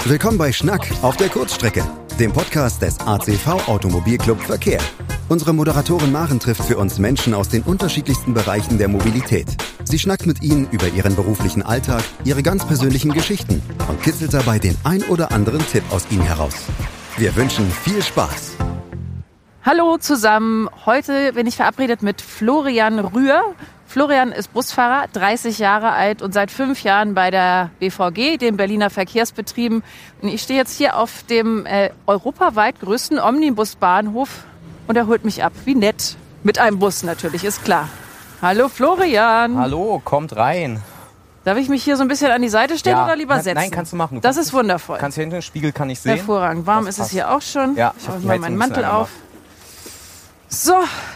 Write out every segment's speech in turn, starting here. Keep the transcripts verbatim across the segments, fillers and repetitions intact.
Willkommen bei Schnack auf der Kurzstrecke, dem Podcast des A C V Automobilclub Verkehr. Unsere Moderatorin Maren trifft für uns Menschen aus den unterschiedlichsten Bereichen der Mobilität. Sie schnackt mit ihnen über ihren beruflichen Alltag, ihre ganz persönlichen Geschichten und kitzelt dabei den ein oder anderen Tipp aus ihnen heraus. Wir wünschen viel Spaß. Hallo zusammen, heute bin ich verabredet mit Florian Rühr. Florian ist Busfahrer, dreißig Jahre alt und seit fünf Jahren bei der B V G, den Berliner Verkehrsbetrieben. Und ich stehe jetzt hier auf dem äh, europaweit größten Omnibusbahnhof und er holt mich ab. Wie nett. Mit einem Bus natürlich, ist klar. Hallo Florian. Hallo, kommt rein. Darf ich mich hier so ein bisschen an die Seite stellen Ja, oder lieber na, setzen? Nein, kannst du machen. Du das kannst, ist wundervoll. Kannst hier hinten den Spiegel, kann ich sehen. Hervorragend. Warm Das ist es passt. hier auch schon. Ja, ich habe ich die mal Heizung meinen ein Mantel bisschen auf. So.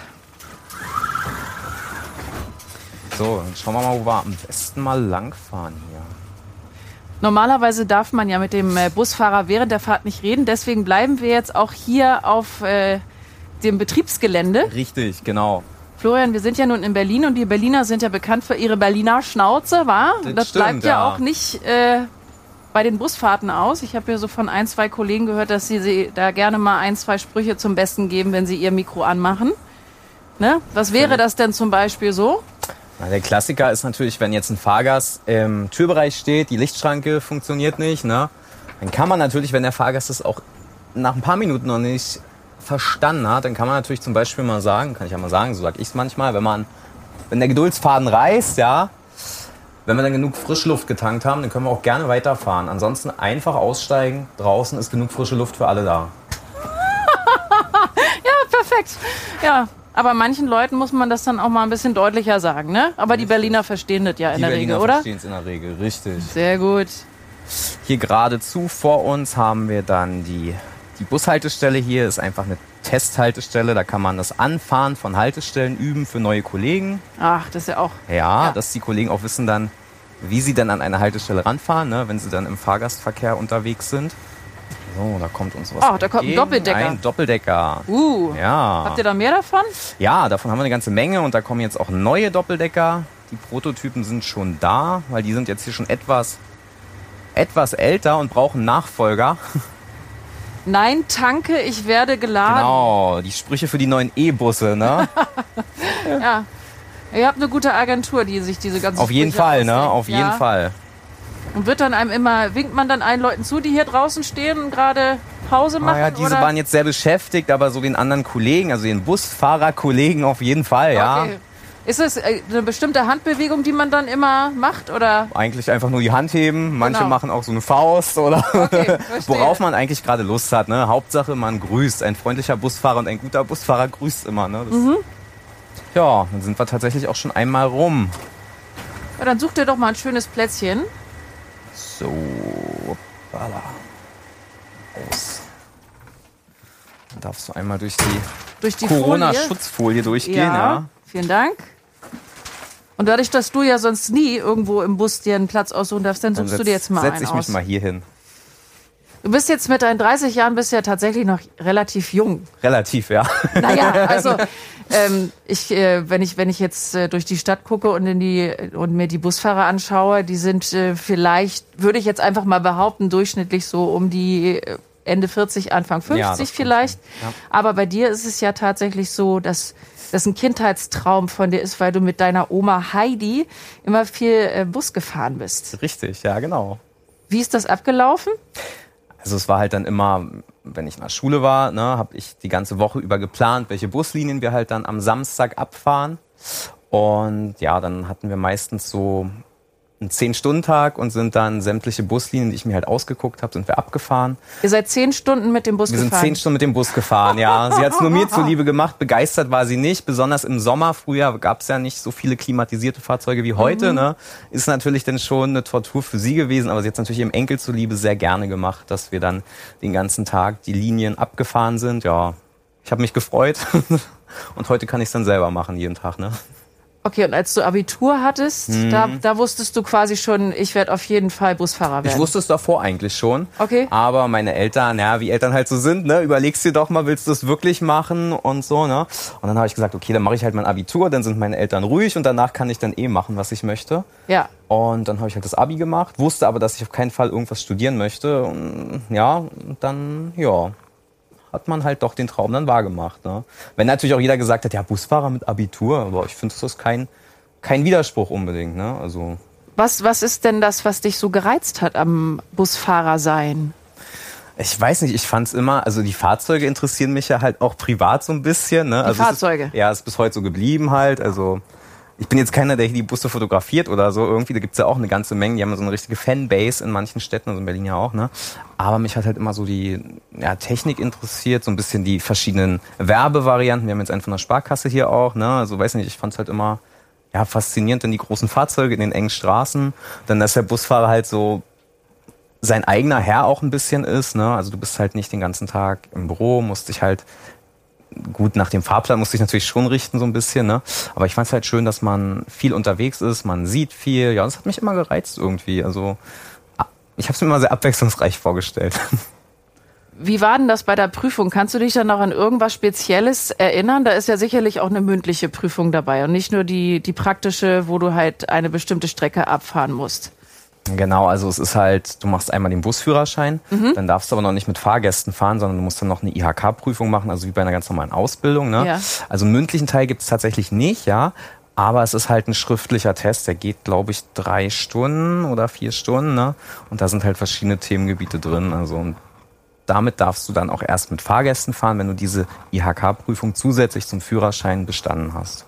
So, dann schauen wir mal, wo wir am besten mal langfahren hier. Normalerweise darf man ja mit dem äh, Busfahrer während der Fahrt nicht reden. Deswegen bleiben wir jetzt auch hier auf äh, dem Betriebsgelände. Richtig, genau. Florian, wir sind ja nun in Berlin und die Berliner sind ja bekannt für ihre Berliner Schnauze, wa? Das Das stimmt, bleibt ja, ja. auch nicht äh, bei den Busfahrten aus. Ich habe ja so von ein, zwei Kollegen gehört, dass sie, sie da gerne mal ein, zwei Sprüche zum Besten geben, wenn sie ihr Mikro anmachen. Ne? Was wäre das denn zum Beispiel so? Na, der Klassiker ist natürlich, wenn jetzt ein Fahrgast im Türbereich steht, die Lichtschranke funktioniert nicht, ne? Dann kann man natürlich, wenn der Fahrgast es auch nach ein paar Minuten noch nicht verstanden hat, dann kann man natürlich zum Beispiel mal sagen, kann ich ja mal sagen, so sag ich es manchmal, wenn man, wenn der Geduldsfaden reißt, ja, wenn wir dann genug Frischluft getankt haben, dann können wir auch gerne weiterfahren. Ansonsten einfach aussteigen, draußen ist genug frische Luft für alle da. Ja, perfekt. Ja, aber manchen Leuten muss man das dann auch mal ein bisschen deutlicher sagen, ne? Aber richtig. Die Berliner verstehen das ja in die der Berliner Regel, oder? Die verstehen es in der Regel, richtig. Sehr gut. Hier geradezu vor uns haben wir dann die, die Bushaltestelle. Hier ist einfach eine Testhaltestelle. Da kann man das Anfahren von Haltestellen üben für neue Kollegen. Ach, das ist ja auch... Ja, ja. Dass die Kollegen auch wissen dann, wie sie dann an eine Haltestelle ranfahren, ne, wenn sie dann im Fahrgastverkehr unterwegs sind. So, da kommt uns was. Oh, da kommt ein entgegen. Doppeldecker. Ein Doppeldecker. Uh, ja. Habt ihr da mehr davon? Ja, davon haben wir eine ganze Menge und da kommen jetzt auch neue Doppeldecker. Die Prototypen sind schon da, weil die sind jetzt hier schon etwas, etwas älter und brauchen Nachfolger. Nein, tanke, ich werde geladen. Genau, die Sprüche für die neuen E-Busse, ne? Ja. Ihr habt eine gute Agentur, die sich diese ganzen Auf jeden Sprüche Fall, ausdenkt. ne? Auf jeden ja. Fall. Und wird dann einem immer, winkt man dann allen Leuten zu, die hier draußen stehen und gerade Pause machen? Ah ja, diese oder? waren jetzt sehr beschäftigt, aber so den anderen Kollegen, also den Busfahrerkollegen auf jeden Fall, ja. Okay. Ist es eine bestimmte Handbewegung, die man dann immer macht, oder? Eigentlich einfach nur die Hand heben, manche Genau. machen auch so eine Faust oder Okay, worauf man eigentlich gerade Lust hat, ne? Hauptsache man grüßt. Ein freundlicher Busfahrer und ein guter Busfahrer grüßt immer, ne? Das Mhm. Ja, dann sind wir tatsächlich auch schon einmal rum. Ja, dann such dir doch mal ein schönes Plätzchen. So, hoppala. Aus. Dann darfst du einmal durch die, Durch die Folie. Corona-Schutzfolie durchgehen, ja. Ja, vielen Dank. Und dadurch, dass du ja sonst nie irgendwo im Bus dir einen Platz aussuchen darfst, dann Dann suchst du dir jetzt mal setz einen ich mich aus. mal hier hin. Du bist jetzt mit deinen dreißig Jahren bist ja tatsächlich noch relativ jung. Relativ, ja. Naja, also ähm, ich, äh, wenn ich wenn ich jetzt äh, durch die Stadt gucke und in die und mir die Busfahrer anschaue, die sind äh, vielleicht, würde ich jetzt einfach mal behaupten, durchschnittlich so um die äh, Ende vierzig, Anfang Ja, fünfzig das kommt vielleicht. hin. Ja. Aber bei dir ist es ja tatsächlich so, dass das ein Kindheitstraum von dir ist, weil du mit deiner Oma Heidi immer viel äh, Bus gefahren bist. Richtig, ja, genau. Wie ist das abgelaufen? Also es war halt dann immer, wenn ich in der Schule war, ne, habe ich die ganze Woche über geplant, welche Buslinien wir halt dann am Samstag abfahren. Und ja, dann hatten wir meistens so einen zehn-Stunden-Tag und sind dann sämtliche Buslinien, die ich mir halt ausgeguckt habe, sind wir abgefahren. Ihr seid zehn Stunden mit dem Bus Wir sind gefahren? zehn Stunden mit dem Bus gefahren, ja. Sie hat es nur mir zuliebe gemacht, begeistert war sie nicht. Besonders im Sommer, früher gab es ja nicht so viele klimatisierte Fahrzeuge wie heute. Mhm. Ne? Ist natürlich dann schon eine Tortur für sie gewesen, aber sie hat es natürlich ihrem Enkel zuliebe sehr gerne gemacht, dass wir dann den ganzen Tag die Linien abgefahren sind. Ja, ich habe mich gefreut und heute kann ich es dann selber machen, jeden Tag. Ne? Okay, und als du Abitur hattest, hm. da, da wusstest du quasi schon, ich werde auf jeden Fall Busfahrer werden. Ich wusste es davor eigentlich schon. Okay. Aber meine Eltern, ja, wie Eltern halt so sind, ne, überlegst dir doch mal, willst du es wirklich machen und so, ne? Und dann habe ich gesagt, okay, dann mache ich halt mein Abitur, dann sind meine Eltern ruhig und danach kann ich dann eh machen, was ich möchte. Ja. Und dann habe ich halt das Abi gemacht, wusste aber, dass ich auf keinen Fall irgendwas studieren möchte. Und ja, und dann, ja, hat man halt doch den Traum dann wahrgemacht. Ne? Wenn natürlich auch jeder gesagt hat, ja, Busfahrer mit Abitur, aber ich finde, das ist kein, kein Widerspruch unbedingt. Ne? Also was, was ist denn das, was dich so gereizt hat am Busfahrer sein? Ich weiß nicht, ich fand's immer, also die Fahrzeuge interessieren mich ja halt auch privat so ein bisschen. Ne? Die also Fahrzeuge? Es ist, ja, ist bis heute so geblieben halt, also ich bin jetzt keiner, der hier die Busse fotografiert oder so irgendwie. Da gibt's ja auch eine ganze Menge. Die haben so eine richtige Fanbase in manchen Städten, also in Berlin ja auch. Ne? Aber mich hat halt immer so die ja, Technik interessiert, so ein bisschen die verschiedenen Werbevarianten. Wir haben jetzt einen von der Sparkasse hier auch. Ne? Also weiß nicht, ich fand's halt immer ja, faszinierend, denn die großen Fahrzeuge in den engen Straßen. Dann, dass der Busfahrer halt so sein eigener Herr auch ein bisschen ist. Ne? Also du bist halt nicht den ganzen Tag im Büro, musst dich halt gut, nach dem Fahrplan musste ich natürlich schon richten, so ein bisschen, ne? Aber ich fand es halt schön, dass man viel unterwegs ist, man sieht viel. Ja, das hat mich immer gereizt irgendwie. Also ich habe es mir immer sehr abwechslungsreich vorgestellt. Wie war denn das bei der Prüfung? Kannst du dich dann noch an irgendwas Spezielles erinnern? Da ist ja sicherlich auch eine mündliche Prüfung dabei und nicht nur die, die praktische, wo du halt eine bestimmte Strecke abfahren musst. Genau, also es ist halt, du machst einmal den Busführerschein, mhm. dann darfst du aber noch nicht mit Fahrgästen fahren, sondern du musst dann noch eine I H K-Prüfung machen, also wie bei einer ganz normalen Ausbildung. Ne? Ja. Also einen mündlichen Teil gibt es tatsächlich nicht, ja, aber es ist halt ein schriftlicher Test, der geht, glaube ich, drei Stunden oder vier Stunden, ne? Und da sind halt verschiedene Themengebiete drin, also und damit darfst du dann auch erst mit Fahrgästen fahren, wenn du diese I H K-Prüfung zusätzlich zum Führerschein bestanden hast.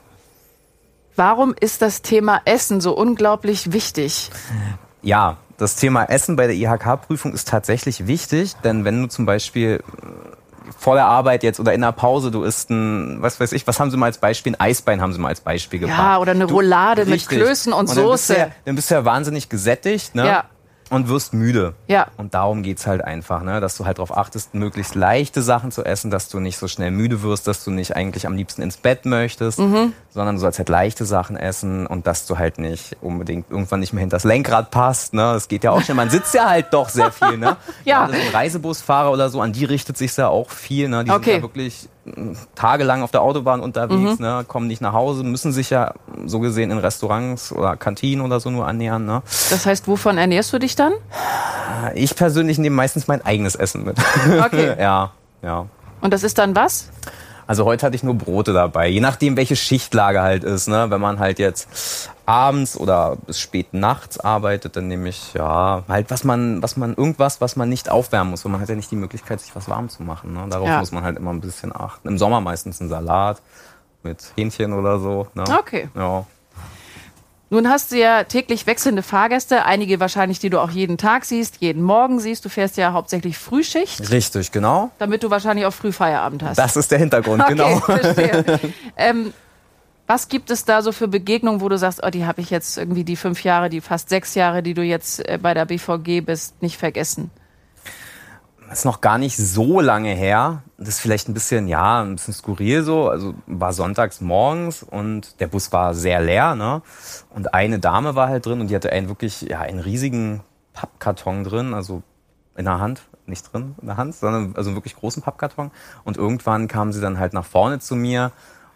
Warum ist das Thema Essen so unglaublich wichtig? Ja, das Thema Essen bei der I H K-Prüfung ist tatsächlich wichtig, denn wenn du zum Beispiel vor der Arbeit jetzt oder in der Pause, du isst ein, was weiß ich, was haben sie mal als Beispiel, ein Eisbein haben sie mal als Beispiel gebracht. Ja, oder eine du, Roulade richtig. mit Klößen und, und dann Soße. Bist ja, dann bist du ja wahnsinnig gesättigt, ne? Ja. Und wirst müde. Ja. Und darum geht's halt einfach, ne? Dass du halt darauf achtest, möglichst leichte Sachen zu essen, dass du nicht so schnell müde wirst, dass du nicht eigentlich am liebsten ins Bett möchtest, mhm. sondern du sollst halt leichte Sachen essen und dass du halt nicht unbedingt irgendwann nicht mehr hinter das Lenkrad passt, ne? Das geht ja auch schnell. Man sitzt ja halt doch sehr viel, ne? Ja. Gerade so ein Reisebusfahrer oder so, an die richtet sich's ja auch viel, ne? Die okay. sind ja wirklich tagelang auf der Autobahn unterwegs, mhm. ne? Kommen nicht nach Hause, müssen sich ja so gesehen in Restaurants oder Kantinen oder so nur annähern, ne? Das heißt, wovon ernährst du dich dann? Ich persönlich nehme meistens mein eigenes Essen mit. Okay. ja, ja. Und das ist dann was? Also heute hatte ich nur Brote dabei, je nachdem welche Schichtlage halt ist, ne? Wenn man halt jetzt abends oder bis spät nachts arbeitet, dann nehme ich ja halt was man, was man irgendwas, was man nicht aufwärmen muss, weil man hat ja nicht die Möglichkeit, sich was warm zu machen. Ne? Darauf ja. muss man halt immer ein bisschen achten. Im Sommer meistens ein Salat mit Hähnchen oder so. Ne? Okay. Ja. Nun hast du ja täglich wechselnde Fahrgäste, einige wahrscheinlich, die du auch jeden Tag siehst, jeden Morgen siehst. Du fährst ja hauptsächlich Frühschicht. Richtig, genau. Damit du wahrscheinlich auch früh Feierabend hast. Das ist der Hintergrund, okay, genau. Verstehe. ähm, was gibt es da so für Begegnungen, wo du sagst, oh, die habe ich jetzt irgendwie die fünf Jahre, die fast sechs Jahre, die du jetzt bei der B V G bist, nicht vergessen? Das ist noch gar nicht so lange her. Das ist vielleicht ein bisschen, ja, ein bisschen skurril so. Also war sonntags morgens und der Bus war sehr leer, ne? Und eine Dame war halt drin und die hatte einen wirklich, ja, einen riesigen Pappkarton drin, also in der Hand, nicht drin in der Hand, sondern also einen wirklich großen Pappkarton. Und irgendwann kam sie dann halt nach vorne zu mir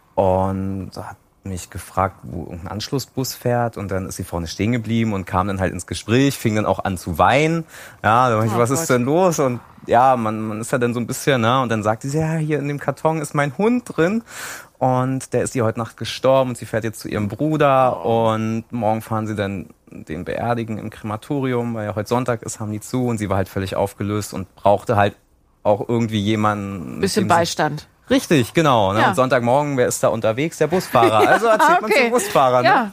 und hat mich gefragt, wo irgendein Anschlussbus fährt, und dann ist sie vorne stehen geblieben und kam dann halt ins Gespräch, fing dann auch an zu weinen. Ja, da war ich, oh was Gott. Ist denn los? Und ja, man, man ist ja dann so ein bisschen, ne, und dann sagte sie, ja, hier in dem Karton ist mein Hund drin und der ist ihr heute Nacht gestorben und sie fährt jetzt zu ihrem Bruder und morgen fahren sie dann den beerdigen im Krematorium, weil ja heute Sonntag ist, haben die zu, und sie war halt völlig aufgelöst und brauchte halt auch irgendwie jemanden. Bisschen Beistand. Richtig, genau. Ne? Ja. Und Sonntagmorgen, wer ist da unterwegs? Der Busfahrer. Also erzählt okay. man zum Busfahrer. Ne? Ja.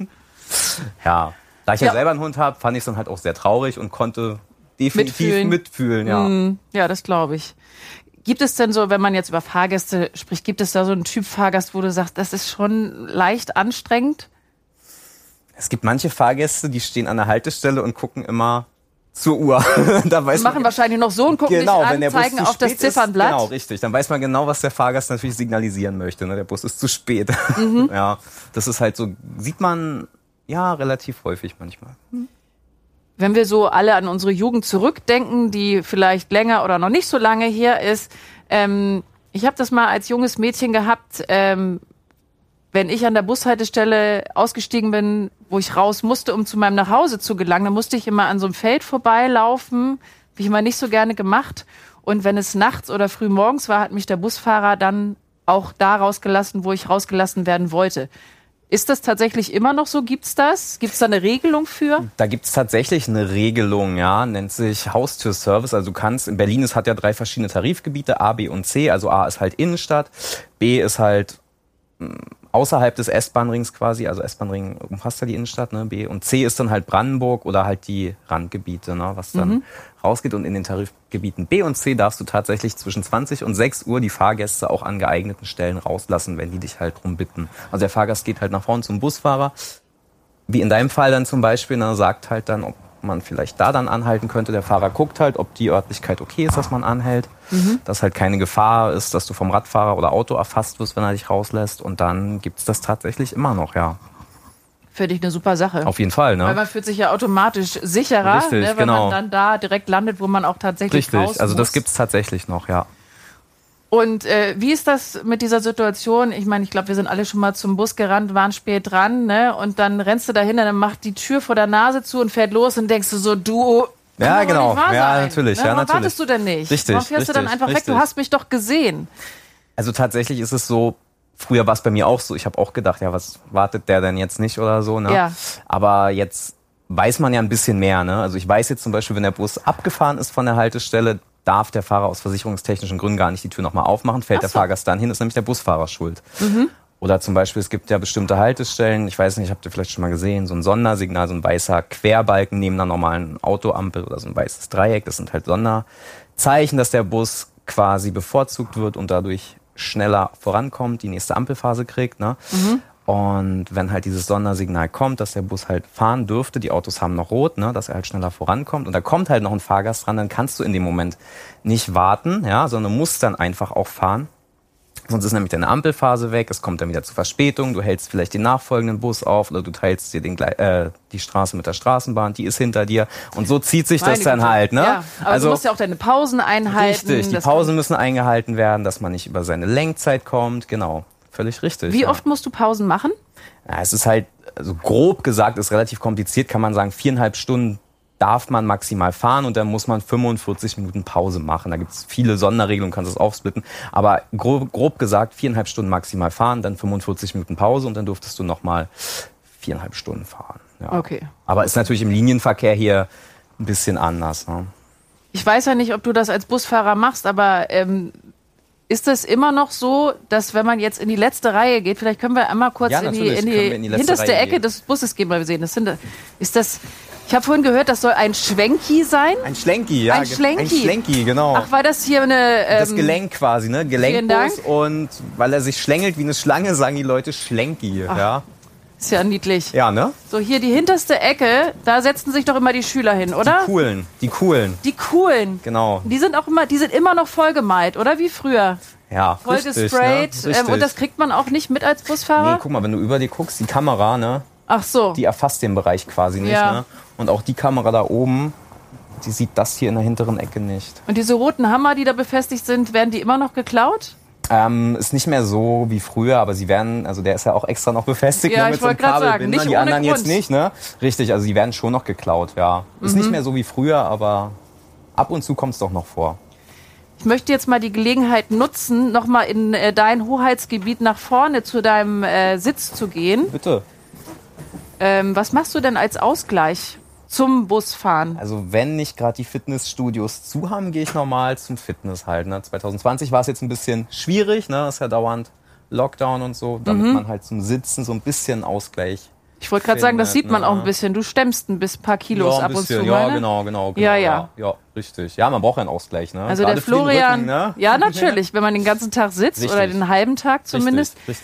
ja. Da ich ja, ja selber einen Hund habe, fand ich es dann halt auch sehr traurig und konnte definitiv mitfühlen. mitfühlen ja. Mm, ja, das glaube ich. Gibt es denn so, wenn man jetzt über Fahrgäste spricht, gibt es da so einen Typ Fahrgast, wo du sagst, das ist schon leicht anstrengend? Es gibt manche Fahrgäste, die stehen an der Haltestelle und gucken immer zur Uhr. Da weiß Die machen man, wahrscheinlich noch so und gucken genau, dich wenn an, der Bus zeigen zu auf das spät ist, Ziffernblatt. Genau, richtig. Dann weiß man genau, was der Fahrgast natürlich signalisieren möchte. Ne? Der Bus ist zu spät. Mhm. Ja, das ist halt so, sieht man ja relativ häufig manchmal. Wenn wir so alle an unsere Jugend zurückdenken, die vielleicht länger oder noch nicht so lange her ist, ähm, ich habe das mal als junges Mädchen gehabt, ähm, wenn ich an der Bushaltestelle ausgestiegen bin, wo ich raus musste, um zu meinem Nachhause zu gelangen, dann musste ich immer an so einem Feld vorbeilaufen. Habe ich immer nicht so gerne gemacht. Und wenn es nachts oder früh morgens war, hat mich der Busfahrer dann auch da rausgelassen, wo ich rausgelassen werden wollte. Ist das tatsächlich immer noch so? Gibt's das? Gibt's da eine Regelung für? Da gibt's tatsächlich eine Regelung, ja, nennt sich Haustürservice. Also du kannst, in Berlin, es hat ja drei verschiedene Tarifgebiete, A, B und C. Also A ist halt Innenstadt, B ist halt mh, außerhalb des S-Bahn-Rings quasi, also S-Bahn-Ring umfasst ja die Innenstadt, ne, B. Und C ist dann halt Brandenburg oder halt die Randgebiete, ne, was dann mhm. rausgeht. Und in den Tarifgebieten B und C darfst du tatsächlich zwischen zwanzig und sechs Uhr die Fahrgäste auch an geeigneten Stellen rauslassen, wenn die dich halt drum bitten. Also der Fahrgast geht halt nach vorne zum Busfahrer, wie in deinem Fall dann zum Beispiel, ne, sagt halt dann, ob man vielleicht da dann anhalten könnte. Der Fahrer guckt halt, ob die Örtlichkeit okay ist, dass man anhält. Mhm. Dass halt keine Gefahr ist, dass du vom Radfahrer oder Auto erfasst wirst, wenn er dich rauslässt. Und dann gibt's das tatsächlich immer noch, ja. Finde ich eine super Sache. Auf jeden Fall, ne? Weil man fühlt sich ja automatisch sicherer, Richtig, ne, wenn genau. man dann da direkt landet, wo man auch tatsächlich Richtig, raus also das muss. gibt's tatsächlich noch, ja. Und äh, wie ist das mit dieser Situation? Ich meine, ich glaube, wir sind alle schon mal zum Bus gerannt, waren spät dran, ne? Und dann rennst du dahin, dann macht die Tür vor der Nase zu und fährt los und denkst du so, du... Ja, genau. Ja, Ja, natürlich. Ne? Ja, Warum natürlich. wartest du denn nicht? Richtig, Warum fährst richtig, du dann einfach richtig. weg? Du hast mich doch gesehen. Also tatsächlich ist es so, früher war es bei mir auch so, ich habe auch gedacht, ja, was wartet der denn jetzt nicht oder so, ne? Ja. Aber jetzt weiß man ja ein bisschen mehr, ne? Also ich weiß jetzt zum Beispiel, wenn der Bus abgefahren ist von der Haltestelle, darf der Fahrer aus versicherungstechnischen Gründen gar nicht die Tür nochmal aufmachen, fällt Ach so. der Fahrgast dann hin, ist nämlich der Busfahrer schuld. Mhm. Oder zum Beispiel, es gibt ja bestimmte Haltestellen, ich weiß nicht, habt ihr vielleicht schon mal gesehen, so ein Sondersignal, so ein weißer Querbalken neben einer normalen Autoampel oder so ein weißes Dreieck, das sind halt Sonderzeichen, dass der Bus quasi bevorzugt wird und dadurch schneller vorankommt, die nächste Ampelphase kriegt, ne? Mhm. Und wenn halt dieses Sondersignal kommt, dass der Bus halt fahren dürfte, die Autos haben noch rot, ne, dass er halt schneller vorankommt und da kommt halt noch ein Fahrgast dran, dann kannst du in dem Moment nicht warten, ja, sondern musst dann einfach auch fahren. Sonst ist nämlich deine Ampelphase weg, es kommt dann wieder zu Verspätung, du hältst vielleicht den nachfolgenden Bus auf oder du teilst dir den, äh, die Straße mit der Straßenbahn, die ist hinter dir und so zieht sich Meine das dann Güte. halt, ne? Ja, aber also, du musst ja auch deine Pausen einhalten. Richtig, die Das Pausen müssen eingehalten werden, dass man nicht über seine Lenkzeit kommt, genau, völlig richtig. Wie ja. oft musst du Pausen machen? Ja, es ist halt, also grob gesagt, ist relativ kompliziert, kann man sagen, viereinhalb Stunden darf man maximal fahren und dann muss man fünfundvierzig Minuten Pause machen. Da gibt es viele Sonderregelungen, kannst es aufsplitten. Aber grob, grob gesagt, viereinhalb Stunden maximal fahren, dann fünfundvierzig Minuten Pause und dann durftest du nochmal viereinhalb Stunden fahren. Ja. Okay. Aber ist natürlich im Linienverkehr hier ein bisschen anders. Ne? Ich weiß ja nicht, ob du das als Busfahrer machst, aber ähm, ist es immer noch so, dass wenn man jetzt in die letzte Reihe geht, vielleicht können wir einmal kurz Ja, in die, natürlich in die, können wir in die letzte hinterste Reihe Ecke gehen. des Busses gehen, weil wir sehen, das sind, ist das, ich habe vorhin gehört, das soll ein Schwenki sein. Ein Schlenki, ja. Ein Schlenki. Ein Schlenki, genau. Ach, weil das hier eine... Ähm, das Gelenk quasi, ne? vielen Dank. Gelenkbus und weil er sich schlängelt wie eine Schlange, sagen die Leute Schlenki, Ach. ja. Ist ja niedlich. Ja, ne? So, hier die hinterste Ecke, da setzen sich doch immer die Schüler hin, oder? Die coolen, die coolen, Die coolen. genau. Die sind auch immer, die sind immer noch vollgemalt, oder wie früher? Ja, Voll richtig, gesprayt. ne? Ähm, und das kriegt man auch nicht mit als Busfahrer? Nee, guck mal, wenn du über dir guckst, die Kamera, ne? Ach so. Die erfasst den Bereich quasi nicht, Ja. ne? Und auch die Kamera da oben, die sieht das hier in der hinteren Ecke nicht. Und diese roten Hammer, die da befestigt sind, werden die immer noch geklaut? Ähm, ist nicht mehr so wie früher, aber sie werden, also der ist ja auch extra noch befestigt, Ja, ne, mit ich so einem wollte grad sagen, Kabelbinder, nicht die ohne anderen jetzt Grund. nicht, ne? Richtig, also sie werden schon noch geklaut, ja. Ist Mhm. nicht mehr so wie früher, aber ab und zu kommt es doch noch vor. Ich möchte jetzt mal die Gelegenheit nutzen, nochmal in äh, dein Hoheitsgebiet nach vorne zu deinem äh, Sitz zu gehen. Bitte. Ähm, was machst du denn als Ausgleich zum Busfahren? Also wenn nicht gerade die Fitnessstudios zu haben, gehe ich normal zum Fitness halt. Ne? zwanzig zwanzig war es jetzt ein bisschen schwierig, ne? Ist ja dauernd Lockdown und so, damit Mhm. man halt zum Sitzen so ein bisschen Ausgleich. Ich wollte gerade sagen, das findet, sieht man ne? auch ein bisschen. Du stemmst ein bis paar Kilos ja, ein ab und bisschen. zu. Ja, ne? genau, genau, genau. Ja, ja. ja, richtig. Ja, man braucht ja einen Ausgleich. Ne? Also Gerade der für den Florian, Rücken, ne? ja natürlich, wenn man den ganzen Tag sitzt Richtig. oder den halben Tag zumindest. Richtig, richtig.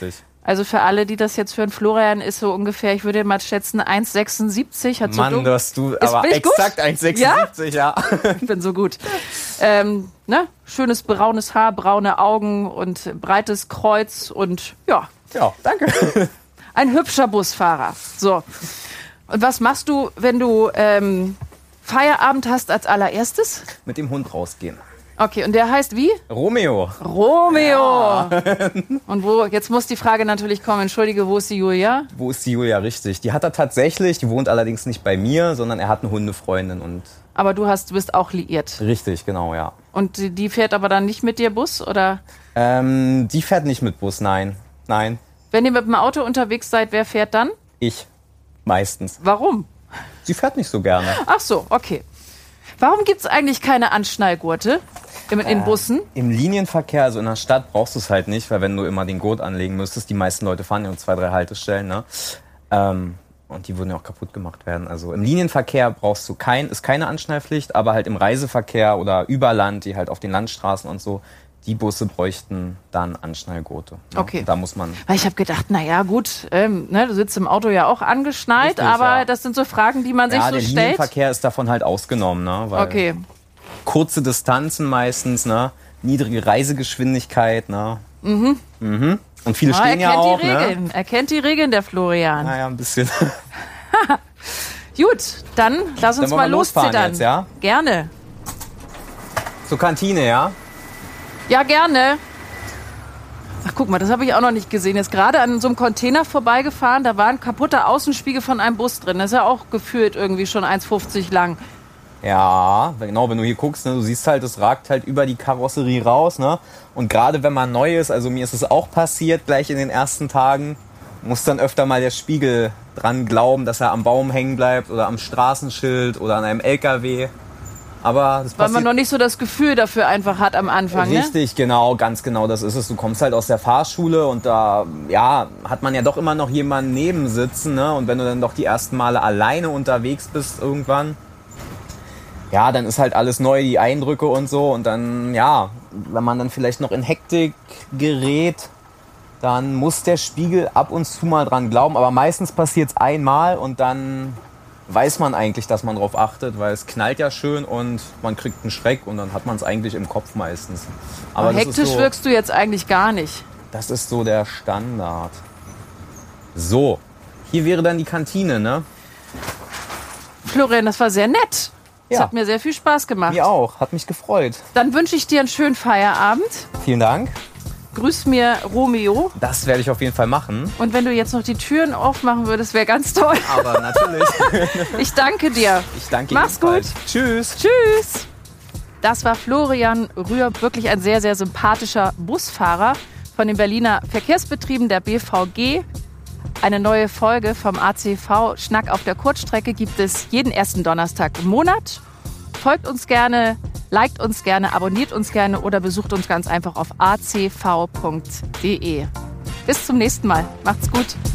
Also für alle, die das jetzt hören, Florian ist so ungefähr, ich würde mal schätzen, eins Komma sechsundsiebzig. Hat so Mann, dumm. du hast du Ist- aber bin ich gut? exakt eins Komma sechsundsiebzig, ja. Ich bin so gut. Ähm, ne? Schönes braunes Haar, braune Augen und breites Kreuz und ja, Ja, danke. ein hübscher Busfahrer. So. Und was machst du, wenn du ähm, Feierabend hast als allererstes? Mit dem Hund rausgehen. Okay, und der heißt wie? Romeo. Romeo. Und wo, jetzt muss die Frage natürlich kommen, entschuldige, wo ist die Julia? Wo ist die Julia richtig? Die hat er tatsächlich, die wohnt allerdings nicht bei mir, sondern er hat eine Hundefreundin und Aber du hast, du bist auch liiert. richtig, genau, ja. Und die, die fährt aber dann nicht mit dir Bus? Oder Ähm, die fährt nicht mit Bus, nein. Nein, wenn ihr mit dem Auto unterwegs seid, wer fährt dann? ich. Meistens. Warum? Sie fährt nicht so gerne. Ach so, okay. Warum gibt's eigentlich keine Anschnallgurte in, in Bussen? Im Linienverkehr, also in der Stadt, brauchst du es halt nicht, weil wenn du immer den Gurt anlegen müsstest, die meisten Leute fahren ja um zwei, drei Haltestellen, ne? Ähm, und die würden ja auch kaputt gemacht werden. Also im Linienverkehr brauchst du kein, ist keine Anschnallpflicht, aber halt im Reiseverkehr oder über Land, die halt auf den Landstraßen und so, die Busse bräuchten dann Anschnallgurte. Ne? Okay. Und da muss man. Weil ich habe gedacht, na ja, gut, ähm, ne, du sitzt im Auto ja auch angeschnallt, Richtig, aber ja. das sind so Fragen, die man sich Ja, so der stellt. Linienverkehr ist davon halt ausgenommen, ne? Weil Okay. kurze Distanzen meistens, ne? Niedrige Reisegeschwindigkeit, ne? Mhm. Mhm. Und viele Ah, stehen er ja kennt auch, die Regeln. ne? Er kennt die Regeln, der Florian. Naja, ein bisschen. Gut, dann lass uns Dann wollen mal wir losfahren loszittern. jetzt, ja? Gerne. Zur Kantine, ja? Ja, gerne. Ach, guck mal, das habe ich auch noch nicht gesehen. Jetzt gerade an so einem Container vorbeigefahren, da war ein kaputter Außenspiegel von einem Bus drin. Das ist ja auch gefühlt irgendwie schon eins fünfzig lang. Ja, genau, wenn du hier guckst, ne, du siehst halt, es ragt halt über die Karosserie raus, ne? Und gerade wenn man neu ist, also mir ist es auch passiert, gleich in den ersten Tagen, muss dann öfter mal der Spiegel dran glauben, dass er am Baum hängen bleibt oder am Straßenschild oder an einem L K W. Aber das Weil man passiert noch nicht so das Gefühl dafür einfach hat am Anfang, ne? richtig, genau, ganz genau, das ist es. Du kommst halt aus der Fahrschule und da, ja, hat man ja doch immer noch jemanden neben sitzen, ne? Und wenn du dann doch die ersten Male alleine unterwegs bist irgendwann, ja, dann ist halt alles neu, die Eindrücke und so. Und dann, ja, wenn man dann vielleicht noch in Hektik gerät, dann muss der Spiegel ab und zu mal dran glauben. Aber meistens passiert es einmal und dann weiß man eigentlich, dass man drauf achtet, weil es knallt ja schön und man kriegt einen Schreck und dann hat man es eigentlich im Kopf meistens. Aber Aber das hektisch ist so, wirkst du jetzt eigentlich gar nicht. das ist so der Standard. So, hier wäre dann die Kantine, ne? Florian, das war sehr nett. Das Ja. hat mir sehr viel Spaß gemacht. Mir auch, hat mich gefreut. Dann wünsche ich dir einen schönen Feierabend. Vielen Dank. Grüß mir Romeo. Das werde ich auf jeden Fall machen. Und wenn du jetzt noch die Türen aufmachen würdest, wäre ganz toll. Aber natürlich. Ich danke dir. Ich danke Mach's ebenfalls. gut. Tschüss. Tschüss. Das war Florian Rühr, wirklich ein sehr, sehr sympathischer Busfahrer von den Berliner Verkehrsbetrieben der B V G. Eine neue Folge vom A C V Schnack auf der Kurzstrecke gibt es jeden ersten Donnerstag im Monat. Folgt uns gerne, liked uns gerne, abonniert uns gerne oder besucht uns ganz einfach auf a c v punkt d e. Bis zum nächsten Mal. Macht's gut.